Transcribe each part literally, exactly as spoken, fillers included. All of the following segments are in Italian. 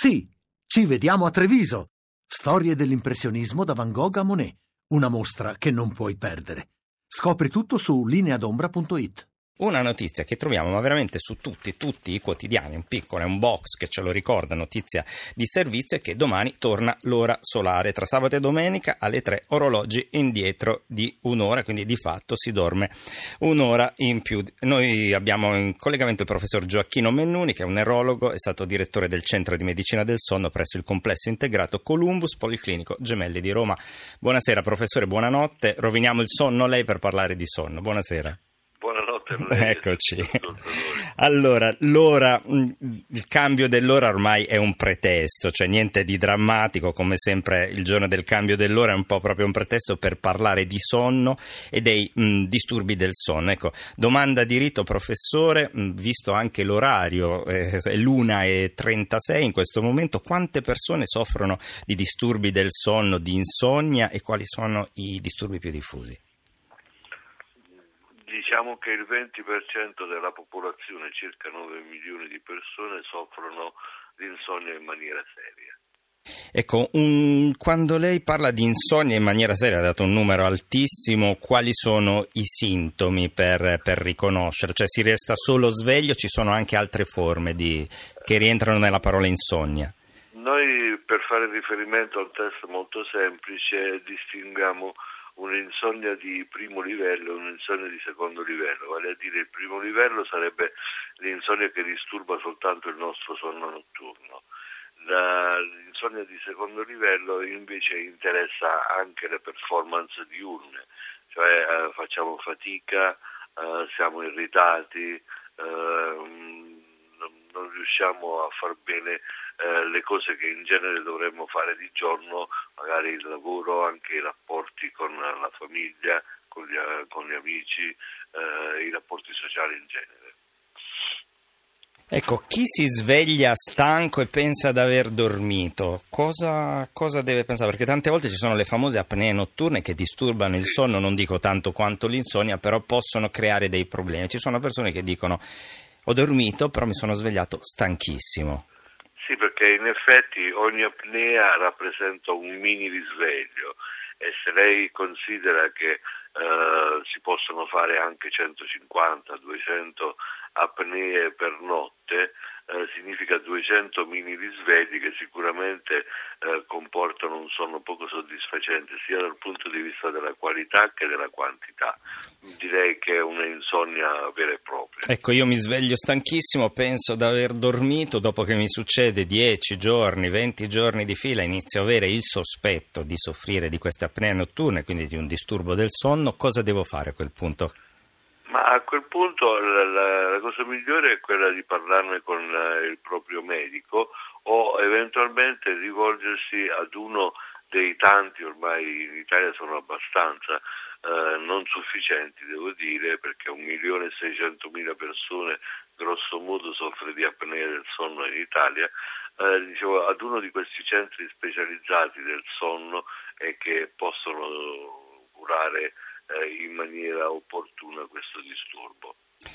Sì, ci vediamo a Treviso. Storie dell'impressionismo da Van Gogh a Monet. Una mostra che non puoi perdere. Scopri tutto su lineadombra punto it. Una notizia che troviamo ma veramente su tutti, tutti i quotidiani, un piccolo, è un box che ce lo ricorda, notizia di servizio, è che domani torna l'ora solare, tra sabato e domenica alle tre, orologi indietro di un'ora, quindi di fatto si dorme un'ora in più. Noi abbiamo in collegamento il professor Gioacchino Mennuni, che è un neurologo, è stato direttore del Centro di Medicina del Sonno presso il Complesso Integrato Columbus Policlinico Gemelli di Roma. Buonasera professore, buonanotte, roviniamo il sonno lei per parlare di sonno, buonasera. Eccoci. Allora, l'ora, il cambio dell'ora ormai è un pretesto, cioè niente di drammatico, come sempre il giorno del cambio dell'ora è un po' proprio un pretesto per parlare di sonno e dei mh, disturbi del sonno. Ecco, domanda di rito professore, mh, visto anche l'orario, eh, è l'una e trentasei in questo momento, quante persone soffrono di disturbi del sonno, di insonnia, e quali sono i disturbi più diffusi? Diciamo che il venti per cento della popolazione, circa nove milioni di persone, soffrono di insonnia in maniera seria. Ecco, un, quando lei parla di insonnia in maniera seria, ha dato un numero altissimo, quali sono i sintomi per, per riconoscere? Cioè si resta solo sveglio, ci sono anche altre forme di, che rientrano nella parola insonnia? Noi, per fare riferimento a un test molto semplice, distinguiamo un'insonnia di primo livello e un'insonnia di secondo livello, vale a dire il primo livello sarebbe l'insonnia che disturba soltanto il nostro sonno notturno. La, l'insonnia di secondo livello invece interessa anche le performance diurne, cioè eh, facciamo fatica, eh, siamo irritati, eh, non riusciamo a far bene eh, le cose che in genere dovremmo fare di giorno, magari il lavoro, anche i rapporti con la famiglia, con gli, con gli amici, eh, i rapporti sociali in genere. Ecco, chi si sveglia stanco e pensa di aver dormito, cosa, cosa deve pensare? Perché tante volte ci sono le famose apnee notturne che disturbano il sonno, non dico tanto quanto l'insonnia, però possono creare dei problemi. Ci sono persone che dicono: ho dormito, però mi sono svegliato stanchissimo. Sì, perché in effetti ogni apnea rappresenta un mini risveglio, e se lei considera che eh, si possono fare anche centocinquanta duecento apnee per notte, eh, significa duecento mini risvegli che sicuramente eh, comportano un sonno poco soddisfacente sia dal punto di vista della qualità che della quantità. Direi che è una insonnia vera e propria. Ecco, io mi sveglio stanchissimo, penso di aver dormito, dopo che mi succede dieci giorni, venti giorni di fila, inizio a avere il sospetto di soffrire di queste apnee notturne, quindi di un disturbo del sonno. Cosa devo fare a quel punto? Ma a quel punto la, la, la cosa migliore è quella di parlarne con uh, il proprio medico o eventualmente rivolgersi ad uno dei tanti, ormai in Italia sono abbastanza, uh, non sufficienti devo dire, perché un milione e seicentomila persone grosso modo soffre di apnea del sonno in Italia, uh, dicevo, ad uno di questi centri specializzati del sonno e che possono curare in maniera opportuna questo disturbo.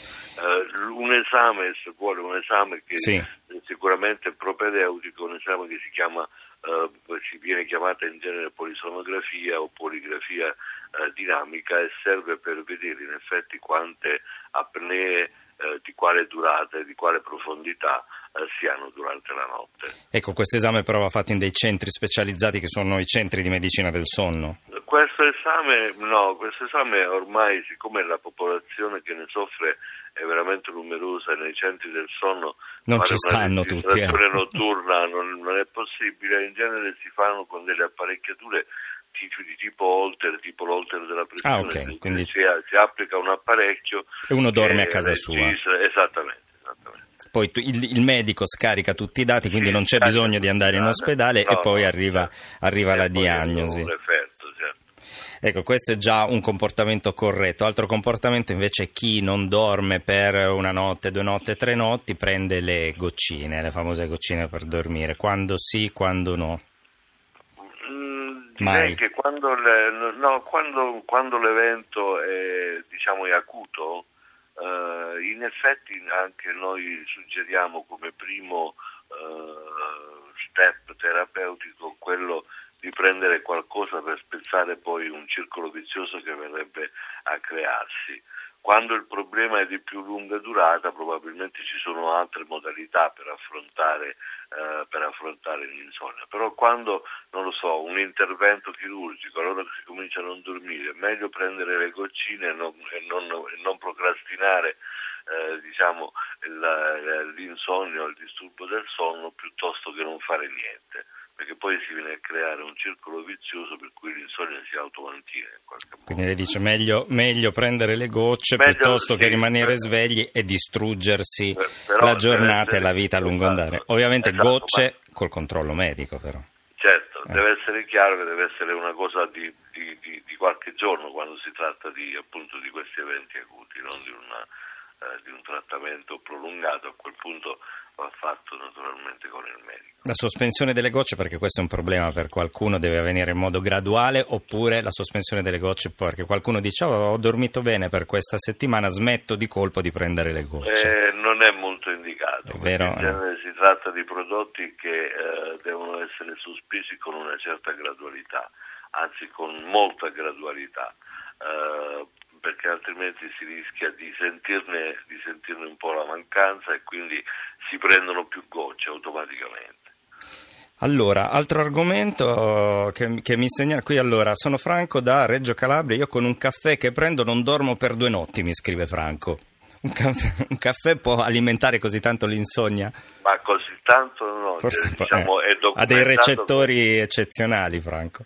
Uh, un esame, se vuole, un esame che sì. sicuramente è propedeutico, un esame che si chiama, uh, si viene chiamata in genere polisonografia o poligrafia uh, dinamica, e serve per vedere in effetti quante apnee, uh, di quale durata e di quale profondità uh, si hanno durante la notte. Ecco, questo esame però va fatto in dei centri specializzati che sono i centri di medicina del sonno. Questo esame, no, questo esame ormai, siccome la popolazione che ne soffre è veramente numerosa, nei centri del sonno non ci stanno tutti. La registrazione notturna non, non è possibile, in genere si fanno con delle apparecchiature di tipo Holter, tipo l'Holter della pressione, ah, okay. Quindi si, si applica un apparecchio e uno dorme a casa registra, sua. Esattamente, esattamente. Poi tu, il, il medico scarica tutti i dati, quindi sì, non c'è bisogno di andare in ospedale, no, e poi no, arriva, certo. arriva e la diagnosi. Referto, certo. Ecco, questo è già un comportamento corretto. Altro comportamento invece è chi non dorme per una notte, due notti, tre notti, prende le goccine, le famose goccine per dormire. Quando sì, quando no? Mm, direi che quando, le, no, quando, quando l'evento è, diciamo, è acuto, Uh, in effetti anche noi suggeriamo come primo uh, terapeutico quello di prendere qualcosa per spezzare poi un circolo vizioso che verrebbe a crearsi. Quando il problema è di più lunga durata, probabilmente ci sono altre modalità per affrontare, eh, per affrontare l'insonnia. Però quando, non lo so, un intervento chirurgico, allora si comincia a non dormire, è meglio prendere le goccine e non, e non, e non procrastinare eh, diciamo, il, l'insonnia o il disturbo del sonno piuttosto che non fare niente, perché poi si viene a creare un circolo vizioso per cui l'insonnia si automantiene in qualche modo. Quindi lei dice meglio, meglio prendere le gocce meglio, piuttosto sì, che rimanere per... svegli e distruggersi per, la giornata essere... e la vita a lungo esatto, andare. Ovviamente esatto, gocce ma... col controllo medico però. Certo, eh. deve essere chiaro che deve essere una cosa di, di, di, di qualche giorno quando si tratta di, appunto, di questi eventi acuti, non di, una, eh, di un trattamento prolungato. A quel punto va fatto naturalmente con il medico. La sospensione delle gocce, perché questo è un problema per qualcuno, deve avvenire in modo graduale, oppure la sospensione delle gocce perché qualcuno dice oh, ho dormito bene per questa settimana, smetto di colpo di prendere le gocce. Eh, non è molto indicato, è vero? In genere si tratta di prodotti che eh, devono essere sospesi con una certa gradualità, anzi con molta gradualità. Eh, perché altrimenti si rischia di sentirne, di sentirne un po' la mancanza e quindi si prendono più gocce automaticamente. Allora, altro argomento che, che mi segnala qui, allora, sono Franco da Reggio Calabria, io con un caffè che prendo non dormo per due notti, mi scrive Franco. Un caffè, un caffè può alimentare così tanto l'insonnia? Ma così tanto no, forse diciamo, eh, è ha dei recettori che... eccezionali, Franco.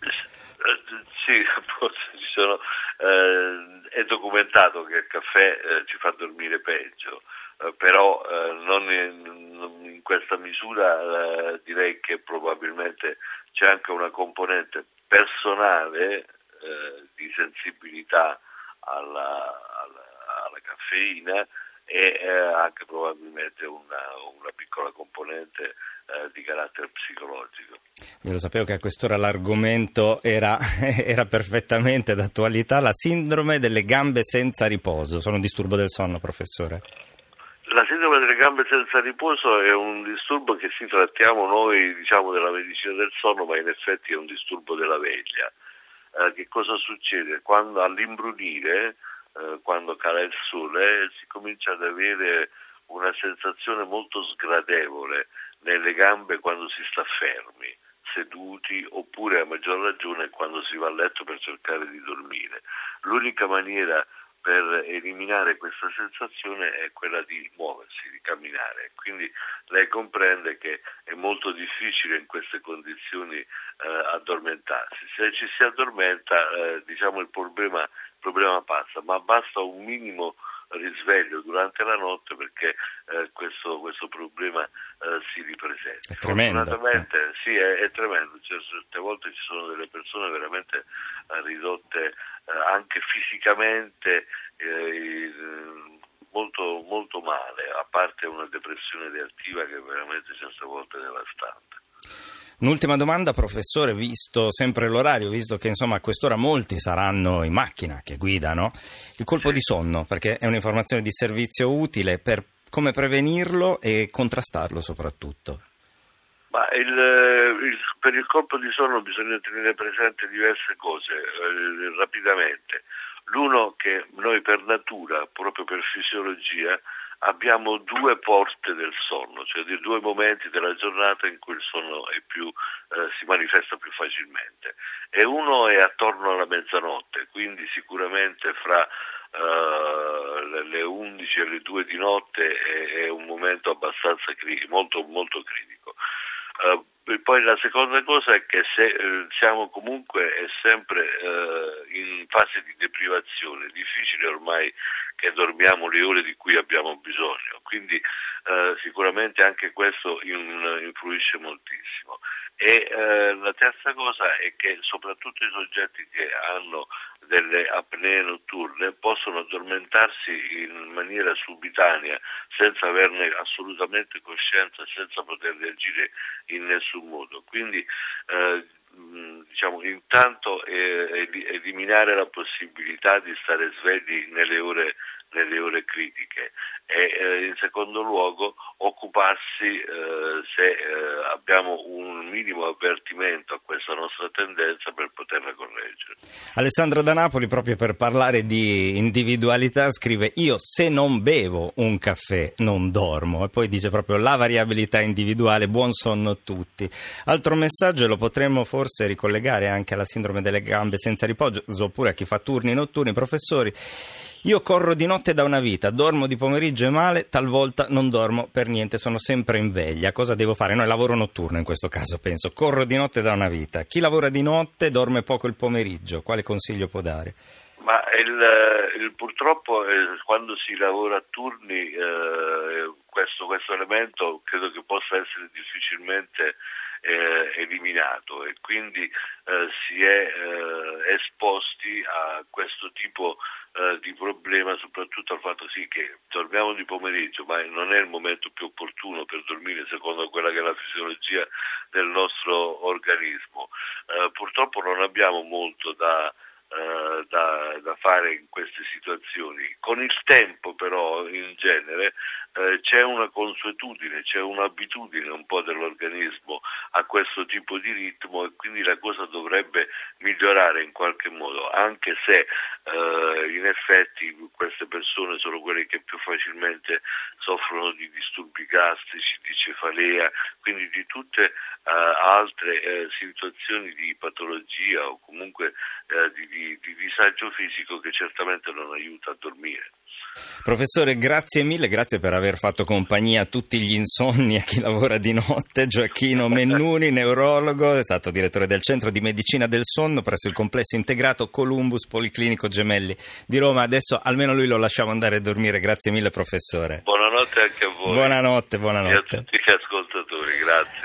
Sì, forse ci sono... Eh, è documentato che il caffè eh, ci fa dormire peggio, eh, però eh, non in, in questa misura eh, direi che probabilmente c'è anche una componente personale eh, di sensibilità alla, alla, alla caffeina e eh, anche probabilmente una, una piccola componente eh, di carattere psicologico. Io lo sapevo che a quest'ora l'argomento era, era perfettamente d'attualità, la sindrome delle gambe senza riposo. Sono un disturbo del sonno, professore? La sindrome delle gambe senza riposo è un disturbo che si trattiamo noi, diciamo, della medicina del sonno, ma in effetti è un disturbo della veglia. Eh, che cosa succede? Quando all'imbrunire, eh, quando cala il sole, si comincia ad avere una sensazione molto sgradevole nelle gambe quando si sta fermi, seduti, oppure a maggior ragione quando si va a letto per cercare di dormire. L'unica maniera per eliminare questa sensazione è quella di muoversi, di camminare. Quindi lei comprende che è molto difficile in queste condizioni eh, addormentarsi. Se ci si addormenta, eh, diciamo il problema, il problema passa, ma basta un minimo risveglio durante la notte perché eh, questo, questo problema eh, si ripresenta. È tremendo. Fortunatamente sì, è, è tremendo. Cioè, certe volte ci sono delle persone veramente eh, ridotte eh, anche fisicamente eh, molto, molto male, a parte una depressione reattiva che veramente certe volte è devastante. Un'ultima domanda, professore, visto sempre l'orario, visto che insomma a quest'ora molti saranno in macchina che guidano, il colpo di sonno, perché è un'informazione di servizio utile per come prevenirlo e contrastarlo soprattutto. Ma il, il, per il colpo di sonno bisogna tenere presente diverse cose eh, rapidamente. L'uno, che noi per natura, proprio per fisiologia, abbiamo due porte del sonno, cioè di due momenti della giornata in cui il sonno è più, eh, si manifesta più facilmente. E uno è attorno alla mezzanotte, quindi sicuramente fra uh, le undici e le due di notte è, è un momento abbastanza critico, molto, molto critico. Uh, poi la seconda cosa è che se eh, siamo comunque è sempre eh, in fase di deprivazione, è difficile ormai che dormiamo le ore di cui abbiamo bisogno, quindi eh, sicuramente anche questo in, influisce moltissimo. E eh, la terza cosa è che soprattutto i soggetti che hanno delle apnee notturne possono addormentarsi in maniera subitanea senza averne assolutamente coscienza, senza poter reagire in nessun modo. Quindi eh, diciamo intanto eh, eliminare la possibilità di stare svegli nelle ore nelle ore critiche e eh, in secondo luogo occuparsi eh, se eh, abbiamo un minimo avvertimento a questa nostra tendenza per poterla correggere. Alessandro da Napoli, proprio per parlare di individualità, scrive: io se non bevo un caffè non dormo, e poi dice proprio la variabilità individuale, buon sonno a tutti. Altro messaggio, lo potremmo forse ricollegare anche alla sindrome delle gambe senza riposo, oppure a chi fa turni notturni. Professori, io corro di notte da una vita, dormo di pomeriggio e male, talvolta non dormo per niente, sono sempre in veglia. Cosa devo fare? No, è lavoro notturno in questo caso, penso. Corro di notte da una vita. Chi lavora di notte dorme poco il pomeriggio. Quale consiglio può dare? Ma il, il, purtroppo eh, quando si lavora a turni eh, questo, questo elemento credo che possa essere difficilmente eh, eliminato, e quindi eh, si è eh, esposti a questo tipo eh, di problema, soprattutto al fatto sì che dormiamo di pomeriggio, ma non è il momento più opportuno per dormire secondo quella che è la fisiologia del nostro organismo. Eh, purtroppo non abbiamo molto da Uh, da, da fare in queste situazioni. Con il tempo però in genere uh, c'è una consuetudine, c'è un'abitudine un po' dell'organismo a questo tipo di ritmo, e quindi la cosa dovrebbe migliorare in qualche modo, anche se uh, in effetti queste persone sono quelle che più facilmente soffrono di disturbi gastrici, di cefalea, quindi di tutte uh, altre uh, situazioni di patologia o comunque uh, di, di di disagio fisico che certamente non aiuta a dormire. Professore, grazie mille, grazie per aver fatto compagnia a tutti gli insonni e a chi lavora di notte. Gioacchino Mennuni, neurologo, è stato direttore del Centro di Medicina del Sonno presso il complesso integrato Columbus Policlinico Gemelli di Roma. Adesso almeno lui lo lasciamo andare a dormire. Grazie mille, professore. Buonanotte anche a voi. Buonanotte, buonanotte. E a tutti gli ascoltatori, grazie.